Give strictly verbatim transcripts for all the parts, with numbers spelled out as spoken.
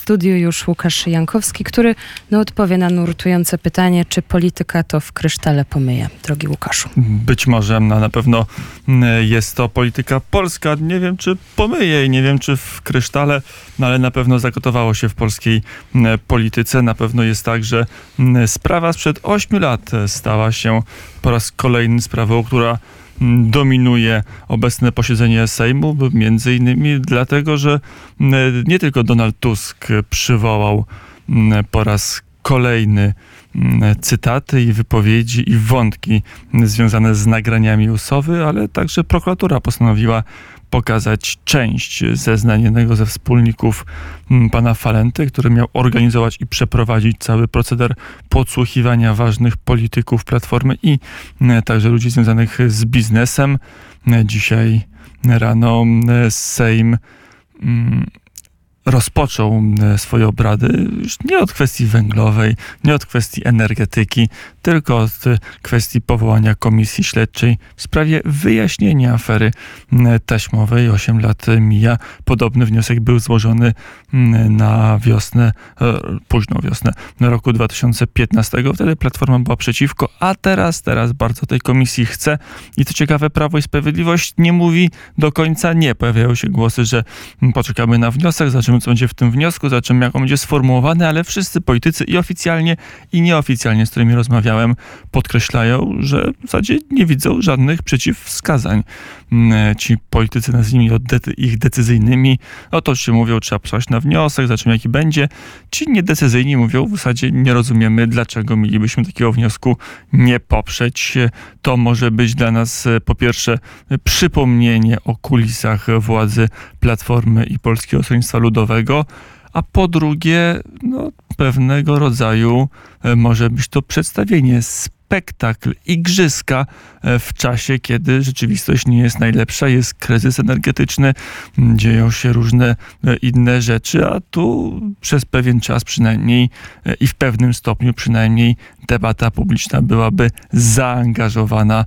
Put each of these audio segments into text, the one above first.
studiu już Łukasz Jankowski, który no, odpowie na nurtujące pytanie, czy polityka to w krysztale pomyje. Drogi Łukaszu. Być może, no, na pewno jest to polityka polska. Nie wiem, czy pomyje i nie wiem, czy w krysztale, no, ale na pewno zagotowało się w polskiej polityce. Na pewno jest tak, że sprawa sprzed ośmiu lat stała się po raz kolejny sprawą, która dominuje obecne posiedzenie Sejmu, między innymi dlatego, że nie tylko Donald Tusk przywołał po raz kolejny cytaty i wypowiedzi i wątki związane z nagraniami Usowy, ale także prokuratura postanowiła pokazać część zeznań jednego ze wspólników pana Falenty, który miał organizować i przeprowadzić cały proceder podsłuchiwania ważnych polityków Platformy i także ludzi związanych z biznesem. Dzisiaj rano Sejm rozpoczął swoje obrady już nie od kwestii węglowej, nie od kwestii energetyki, tylko od kwestii powołania komisji śledczej w sprawie wyjaśnienia afery taśmowej. Osiem lat mija. Podobny wniosek był złożony na wiosnę, późną wiosnę roku dwa tysiące piętnastego. Wtedy Platforma była przeciwko, a teraz, teraz bardzo tej komisji chce. I co ciekawe, Prawo i Sprawiedliwość nie mówi do końca nie. Pojawiają się głosy, że poczekamy na wniosek, zobaczymy, co będzie w tym wniosku, zobaczymy, jak on będzie sformułowany, ale wszyscy politycy i oficjalnie, i nieoficjalnie, z którymi rozmawiałem, podkreślają, że w zasadzie nie widzą żadnych przeciwwskazań. Ci politycy, nazwijmy ich decyzyjnymi, no to się mówią, trzeba posłać na wniosek, zobaczymy, jaki będzie. Ci niedecyzyjni mówią, w zasadzie nie rozumiemy, dlaczego mielibyśmy takiego wniosku nie poprzeć. To może być dla nas po pierwsze przypomnienie o kulisach władzy Platformy i Polskiego Stronnictwa Ludowego, a po drugie, no, pewnego rodzaju może być to przedstawienie, spektakl, igrzyska w czasie, kiedy rzeczywistość nie jest najlepsza, jest kryzys energetyczny, dzieją się różne inne rzeczy, a tu przez pewien czas przynajmniej i w pewnym stopniu przynajmniej debata publiczna byłaby zaangażowana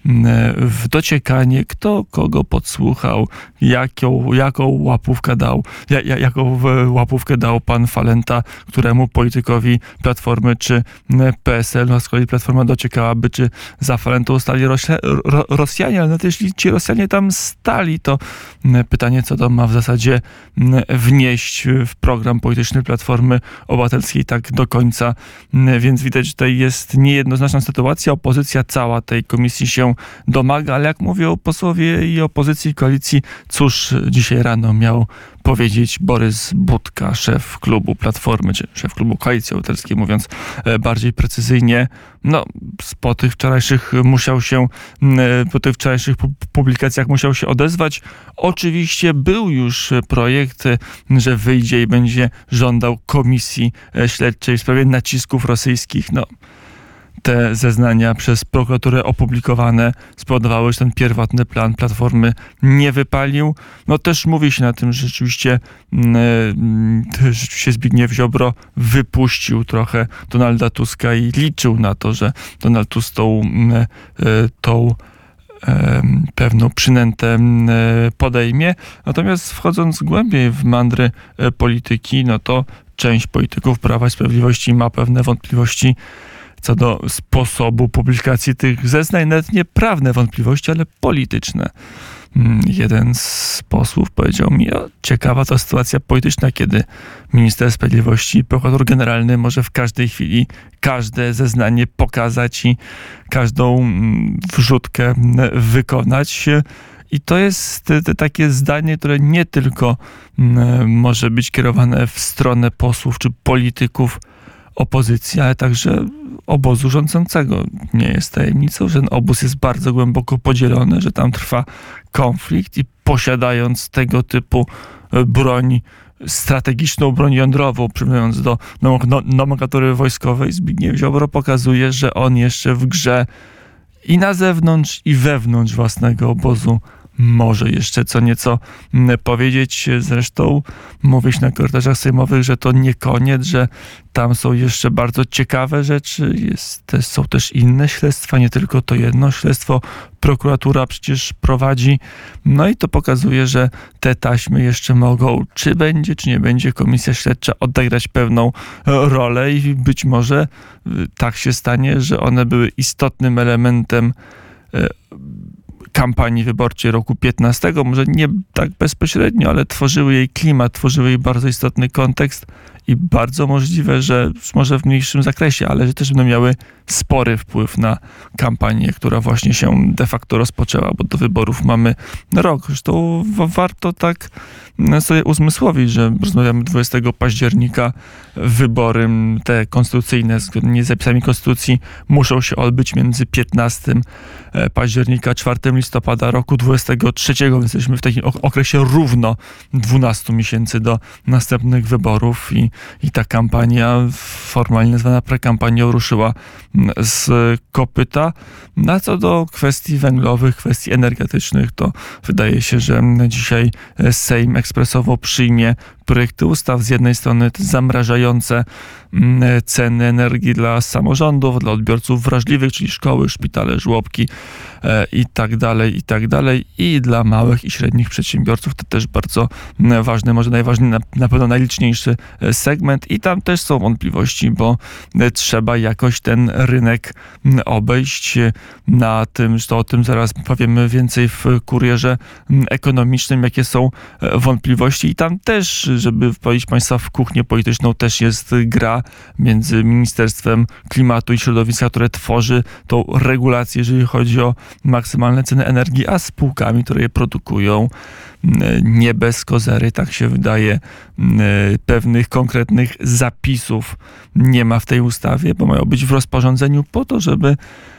w dociekanie, kto kogo podsłuchał, jaką, jaką łapówkę dał, ja, jaką łapówkę dał pan Falenta, któremu politykowi Platformy czy P S L, a z kolei Platforma dociekałaby, czy za Falentą stali Rosja, ro, Rosjanie, ale nawet jeśli ci Rosjanie tam stali, to pytanie, co to ma w zasadzie wnieść w program polityczny Platformy Obywatelskiej tak do końca, więc widać, że tutaj jest niejednoznaczna sytuacja, opozycja cała tej komisji się domaga, ale jak mówią posłowie i opozycji, i koalicji, cóż dzisiaj rano miał powiedzieć Borys Budka, szef klubu Platformy, czy szef klubu Koalicji Obywatelskiej, mówiąc bardziej precyzyjnie, no po tych wczorajszych musiał się, po tych wczorajszych publikacjach musiał się odezwać. Oczywiście był już projekt, że wyjdzie i będzie żądał komisji śledczej w sprawie nacisków rosyjskich. No, te zeznania przez prokuraturę opublikowane spowodowały, że ten pierwotny plan Platformy nie wypalił. No też mówi się na tym, że rzeczywiście, yy, rzeczywiście Zbigniew Ziobro wypuścił trochę Donalda Tuska i liczył na to, że Donald Tusk tą, yy, tą yy, pewną przynętę yy, podejmie. Natomiast wchodząc głębiej w mandry yy, polityki, no to część polityków Prawa i Sprawiedliwości ma pewne wątpliwości co do sposobu publikacji tych zeznań, nawet nie prawne wątpliwości, ale polityczne. Jeden z posłów powiedział mi, o, ciekawa to sytuacja polityczna, kiedy minister sprawiedliwości i prokurator generalny może w każdej chwili każde zeznanie pokazać i każdą wrzutkę wykonać. I to jest takie zdanie, które nie tylko może być kierowane w stronę posłów czy polityków opozycji, ale także obozu rządzącego. Nie jest tajemnicą, że ten obóz jest bardzo głęboko podzielony, że tam trwa konflikt i posiadając tego typu broń, strategiczną broń jądrową, przypominając do nomenklatury wojskowej, Zbigniew Ziobro pokazuje, że on jeszcze w grze i na zewnątrz, i wewnątrz własnego obozu może jeszcze co nieco powiedzieć. Zresztą mówi się na korytarzach sejmowych, że to nie koniec, że tam są jeszcze bardzo ciekawe rzeczy. Jest, też, są też inne śledztwa, nie tylko to jedno śledztwo. Prokuratura przecież prowadzi. No i to pokazuje, że te taśmy jeszcze mogą, czy będzie, czy nie będzie komisja śledcza, odegrać pewną rolę i być może tak się stanie, że one były istotnym elementem kampanii wyborczej roku piętnastego, może nie tak bezpośrednio, ale tworzyły jej klimat, tworzyły jej bardzo istotny kontekst i bardzo możliwe, że może w mniejszym zakresie, ale że też będą miały spory wpływ na kampanię, która właśnie się de facto rozpoczęła, bo do wyborów mamy rok. Zresztą warto tak sobie uzmysłowić, że rozmawiamy dwudziestego października, wybory te konstytucyjne, zgodnie z zapisami konstytucji, muszą się odbyć między piętnastego października a czwartego listopada roku dwudziestego trzeciego, więc jesteśmy w takim okresie równo dwunastu miesięcy do następnych wyborów i, i ta kampania, formalnie nazwana prekampanią, ruszyła z kopyta. Na co do kwestii węglowych, kwestii energetycznych, to wydaje się, że dzisiaj Sejm ekspresowo przyjmie projekty ustaw. Z jednej strony zamrażające ceny energii dla samorządów, dla odbiorców wrażliwych, czyli szkoły, szpitale, żłobki e, i tak dalej, i tak dalej. I dla małych i średnich przedsiębiorców to też bardzo ważny, może najważniejszy, na, na pewno najliczniejszy segment. I tam też są wątpliwości, bo trzeba jakoś ten rynek obejść. Na tym, że to o tym zaraz powiemy więcej w kurierze ekonomicznym, jakie są wątpliwości. I tam też, żeby wprowadzić państwa w kuchnię polityczną, też jest gra między Ministerstwem Klimatu i Środowiska, które tworzy tą regulację, jeżeli chodzi o maksymalne ceny energii, a spółkami, które je produkują. Nie bez kozery, tak się wydaje, pewnych konkretnych zapisów nie ma w tej ustawie, bo mają być w rozporządzeniu po to, żeby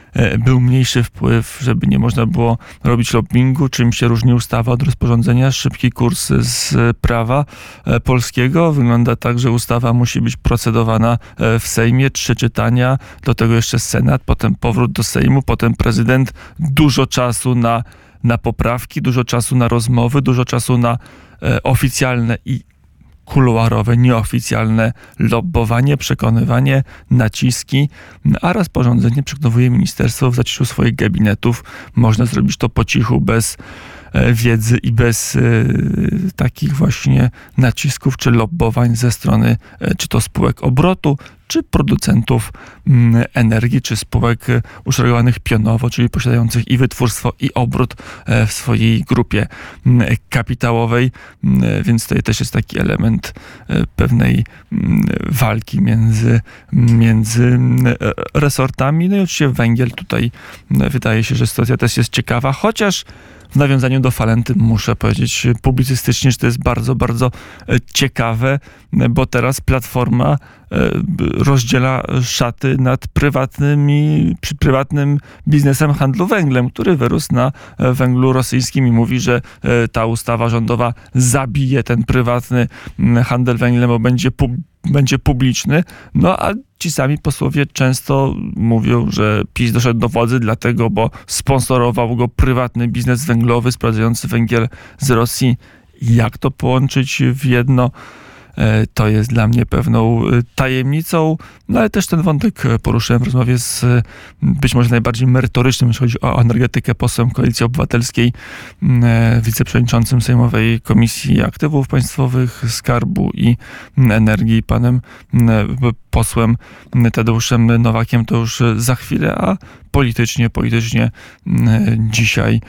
był mniejszy wpływ, żeby nie można było robić lobbingu. Czym się różni ustawa od rozporządzenia? Szybki kurs z prawa polskiego. Wygląda tak, że ustawa musi być procedowana w Sejmie, trzy czytania, do tego jeszcze Senat, potem powrót do Sejmu, potem prezydent. Dużo czasu na, na poprawki, dużo czasu na rozmowy, dużo czasu na e, oficjalne i kuluarowe, nieoficjalne lobbowanie, przekonywanie, naciski, a rozporządzenie przygotowuje ministerstwo w zaciszu swoich gabinetów. Można zrobić to po cichu, bez wiedzy i bez y, takich właśnie nacisków czy lobbowań ze strony y, czy to spółek obrotu, czy producentów y, energii, czy spółek y, uszeregowanych pionowo, czyli posiadających i wytwórstwo, i obrót y, w swojej grupie y, kapitałowej. Y, więc tutaj też jest taki element y, pewnej y, walki między, między y, resortami. No i oczywiście węgiel tutaj y, wydaje się, że sytuacja też jest ciekawa, chociaż w nawiązaniu do Falenty muszę powiedzieć publicystycznie, że to jest bardzo, bardzo ciekawe, bo teraz Platforma rozdziela szaty nad prywatnymi, przy prywatnym biznesem handlu węglem, który wyrósł na węglu rosyjskim i mówi, że ta ustawa rządowa zabije ten prywatny handel węglem, bo będzie pub będzie publiczny, no a ci sami posłowie często mówią, że PiS doszedł do władzy dlatego, bo sponsorował go prywatny biznes węglowy sprowadzający węgiel z Rosji. Jak to połączyć w jedno? To jest dla mnie pewną tajemnicą, no ale też ten wątek poruszyłem w rozmowie z być może najbardziej merytorycznym, jeśli chodzi o energetykę, posłem Koalicji Obywatelskiej, wiceprzewodniczącym Sejmowej Komisji Aktywów Państwowych, Skarbu i Energii, panem posłem Tadeuszem Nowakiem. To już za chwilę, a politycznie, politycznie dzisiaj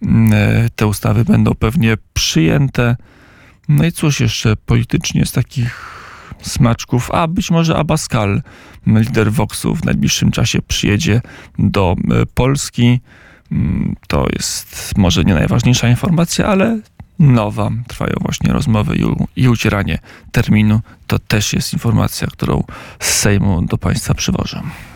te ustawy będą pewnie przyjęte. No i cóż jeszcze politycznie z takich smaczków, a być może Abascal, lider Voxu, w najbliższym czasie przyjedzie do Polski. To jest może nie najważniejsza informacja, ale nowa. Trwają właśnie rozmowy i, i ucieranie terminu. To też jest informacja, którą z Sejmu do Państwa przywożę.